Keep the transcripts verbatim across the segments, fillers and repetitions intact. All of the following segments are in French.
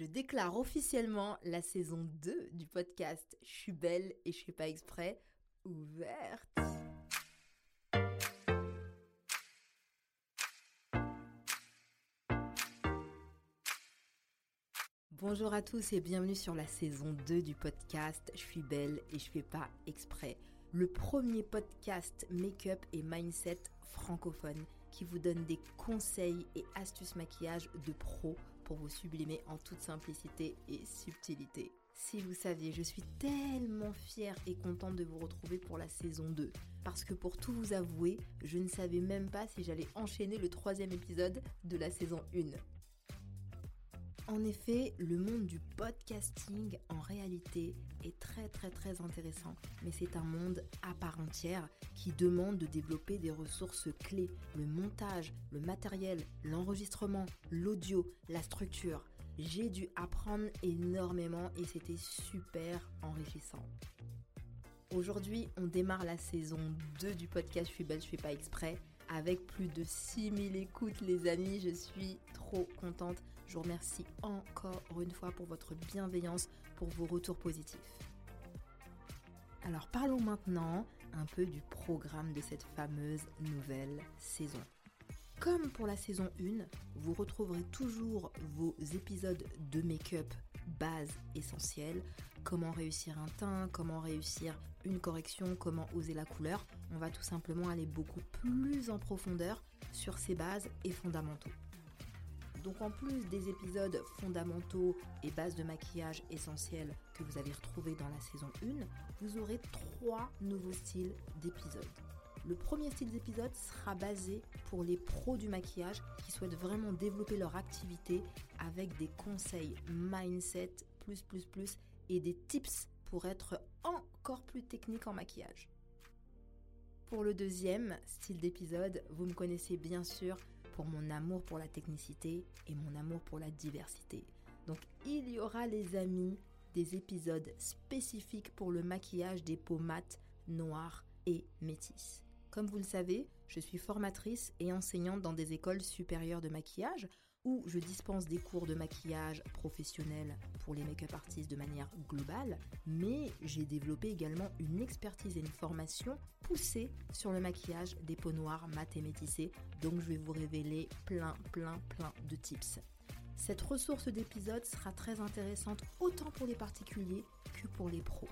je déclare officiellement la saison deux du podcast Je suis belle et je fais pas exprès ouverte. Bonjour à tous et bienvenue sur la saison deux du podcast Je suis belle et je fais pas exprès. Le premier podcast make-up et mindset francophone qui vous donne des conseils et astuces maquillage de pro pour vous sublimer en toute simplicité et subtilité. Si vous saviez, je suis tellement fière et contente de vous retrouver pour la saison deux. Parce que pour tout vous avouer, je ne savais même pas si j'allais enchaîner le troisième épisode de la saison un. En effet, le monde du podcasting, en réalité, est très très très intéressant. Mais c'est un monde à part entière qui demande de développer des ressources clés. Le montage, le matériel, l'enregistrement, l'audio, la structure. J'ai dû apprendre énormément et c'était super enrichissant. Aujourd'hui, on démarre la saison deux du podcast Je suis belle, je fais pas exprès. Avec plus de six mille écoutes les amis, je suis trop contente. Je vous remercie encore une fois pour votre bienveillance, pour vos retours positifs. Alors parlons maintenant un peu du programme de cette fameuse nouvelle saison. Comme pour la saison un, vous retrouverez toujours vos épisodes de make-up base essentielle, comment réussir un teint, comment réussir une correction, comment oser la couleur. On va tout simplement aller beaucoup plus en profondeur sur ces bases et fondamentaux. Donc en plus des épisodes fondamentaux et bases de maquillage essentiels que vous avez retrouvés dans la saison un, vous aurez trois nouveaux styles d'épisodes. Le premier style d'épisode sera basé pour les pros du maquillage qui souhaitent vraiment développer leur activité avec des conseils mindset plus plus plus et des tips pour être encore plus technique en maquillage. Pour le deuxième style d'épisode, vous me connaissez bien sûr pour mon amour pour la technicité et mon amour pour la diversité. Donc il y aura les amis des épisodes spécifiques pour le maquillage des peaux mates, noires et métisses. Comme vous le savez, je suis formatrice et enseignante dans des écoles supérieures de maquillage où je dispense des cours de maquillage professionnels pour les make-up artistes de manière globale, mais j'ai développé également une expertise et une formation poussée sur le maquillage des peaux noires, mates et métissées, donc je vais vous révéler plein, plein, plein de tips. Cette ressource d'épisode sera très intéressante autant pour les particuliers que pour les pros.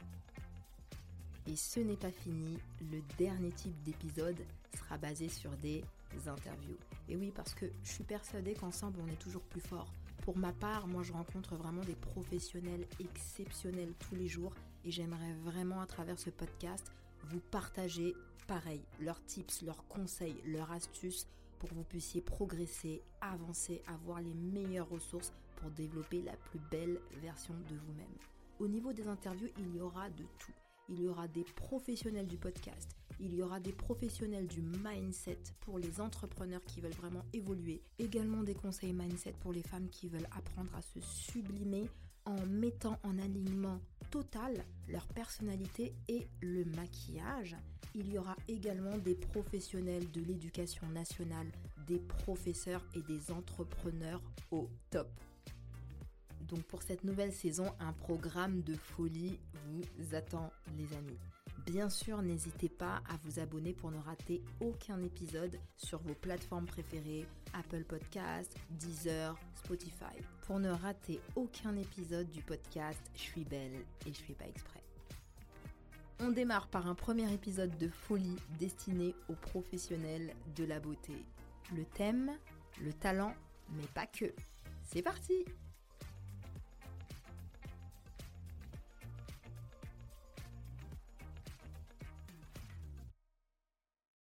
Et ce n'est pas fini, le dernier type d'épisode sera basé sur des interviews. Et oui, parce que je suis persuadée qu'ensemble, on est toujours plus fort. Pour ma part, moi, je rencontre vraiment des professionnels exceptionnels tous les jours et j'aimerais vraiment, à travers ce podcast, vous partager, pareil, leurs tips, leurs conseils, leurs astuces pour que vous puissiez progresser, avancer, avoir les meilleures ressources pour développer la plus belle version de vous-même. Au niveau des interviews, il y aura de tout. Il y aura des professionnels du podcast, il y aura des professionnels du mindset pour les entrepreneurs qui veulent vraiment évoluer, également des conseils mindset pour les femmes qui veulent apprendre à se sublimer en mettant en alignement total leur personnalité et le maquillage. Il y aura également des professionnels de l'éducation nationale, des professeurs et des entrepreneurs au top. Donc pour cette nouvelle saison, un programme de folie vous attend les amis. Bien sûr, n'hésitez pas à vous abonner pour ne rater aucun épisode sur vos plateformes préférées, Apple Podcasts, Deezer, Spotify. Pour ne rater aucun épisode du podcast Je suis belle et je fais pas exprès. On démarre par un premier épisode de folie destiné aux professionnels de la beauté. Le thème, le talent, mais pas que. C'est parti!